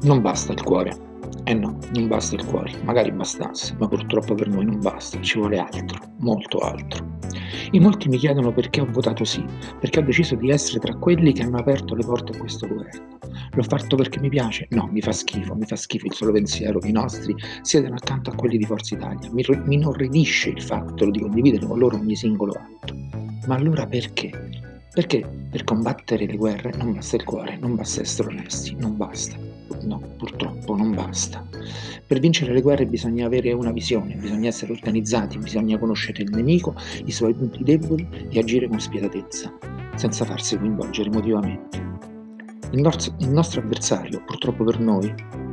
Non basta il cuore. Eh no, non basta il cuore. Magari bastasse, ma purtroppo per noi non basta, ci vuole altro, molto altro. In molti mi chiedono perché ho votato sì, perché ho deciso di essere tra quelli che hanno aperto le porte a questo governo. L'ho fatto perché mi piace? No, mi fa schifo il solo pensiero che i nostri siedano accanto a quelli di Forza Italia. Mi inorridisce il fatto di condividere con loro ogni singolo atto. Ma allora perché? Perché per combattere le guerre non basta il cuore, non basta essere onesti, non basta. No, purtroppo non basta. Per vincere le guerre bisogna avere una visione, bisogna essere organizzati, bisogna conoscere il nemico, i suoi punti deboli e agire con spietatezza, senza farsi coinvolgere emotivamente. Il nostro avversario, purtroppo per noi,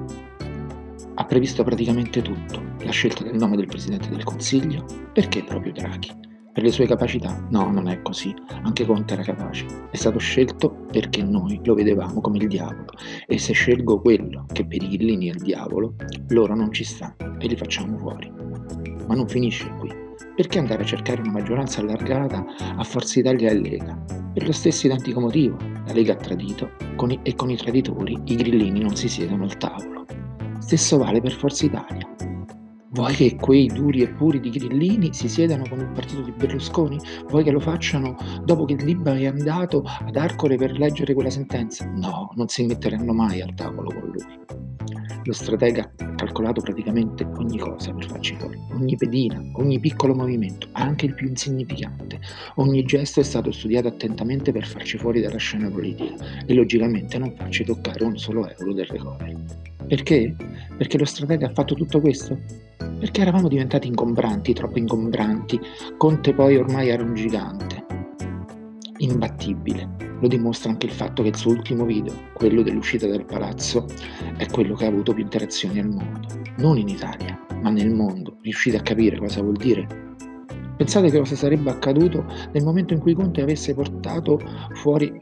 ha previsto praticamente tutto. La scelta del nome del Presidente del Consiglio? Perché proprio Draghi? Per le sue capacità? No, non è così. Anche Conte era capace. È stato scelto perché noi lo vedevamo come il diavolo. E se scelgo quello che per i grillini è il diavolo, loro non ci stanno e li facciamo fuori. Ma non finisce qui. Perché andare a cercare una maggioranza allargata a Forza Italia e Lega? Per lo stesso identico motivo. La Lega ha tradito e con i traditori i grillini non si siedono al tavolo. Stesso vale per Forza Italia. Vuoi che quei duri e puri di grillini si siedano con il partito di Berlusconi? Vuoi che lo facciano dopo che Libia è andato ad Arcore per leggere quella sentenza? No, non si metteranno mai al tavolo con lui. Lo stratega ha calcolato praticamente ogni cosa per farci fuori, ogni pedina, ogni piccolo movimento, anche il più insignificante. Ogni gesto è stato studiato attentamente per farci fuori dalla scena politica e logicamente non farci toccare un solo euro del recovery. Perché? Perché lo stratega ha fatto tutto questo? Perché eravamo diventati ingombranti, troppo ingombranti. Conte poi ormai era un gigante, imbattibile. Lo dimostra anche il fatto che il suo ultimo video, quello dell'uscita dal palazzo, è quello che ha avuto più interazioni al mondo. Non in Italia, ma nel mondo. Riuscite a capire cosa vuol dire? Pensate che cosa sarebbe accaduto nel momento in cui Conte avesse portato fuori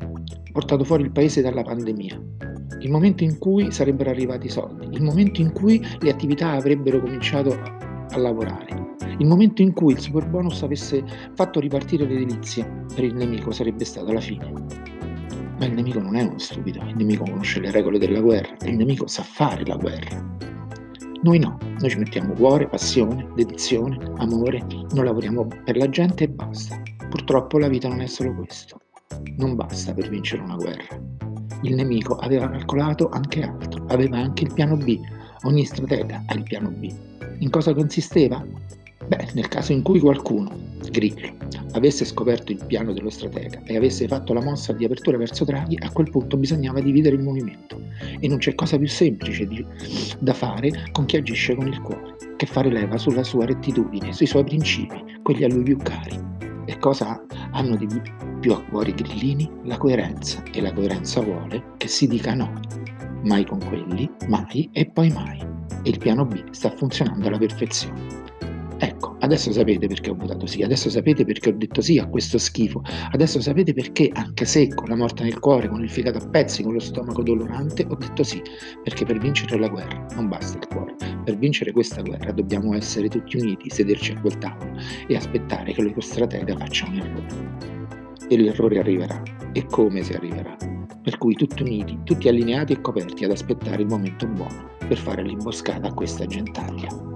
il paese dalla pandemia? Il momento in cui sarebbero arrivati i soldi, il momento in cui le attività avrebbero cominciato a lavorare, il momento in cui il superbonus avesse fatto ripartire l'edilizia, per il nemico sarebbe stata la fine. Ma il nemico non è uno stupido, il nemico conosce le regole della guerra, il nemico sa fare la guerra. Noi no, noi ci mettiamo cuore, passione, dedizione, amore, noi lavoriamo per la gente e basta. Purtroppo la vita non è solo questo. Non basta per vincere una guerra. Il nemico aveva calcolato anche altro, aveva anche il piano B. Ogni stratega ha il piano B. In cosa consisteva? Beh, nel caso in cui qualcuno, Grillo, avesse scoperto il piano dello stratega e avesse fatto la mossa di apertura verso Draghi, a quel punto bisognava dividere il movimento. E non c'è cosa più semplice da fare con chi agisce con il cuore, che fare leva sulla sua rettitudine, sui suoi principi, quelli a lui più cari. E cosa hanno di più a cuore i grillini? La coerenza. E la coerenza vuole che si dica no. Mai con quelli, mai e poi mai. E il piano B sta funzionando alla perfezione. Ecco, adesso sapete perché ho votato sì, adesso sapete perché ho detto sì a questo schifo, adesso sapete perché, anche se con la morte nel cuore, con il fegato a pezzi, con lo stomaco dolorante, ho detto sì, perché per vincere la guerra non basta il cuore, per vincere questa guerra dobbiamo essere tutti uniti, sederci a quel tavolo e aspettare che lo stratega faccia un errore. E l'errore arriverà, e come se arriverà, per cui tutti uniti, tutti allineati e coperti ad aspettare il momento buono per fare l'imboscata a questa gentaglia.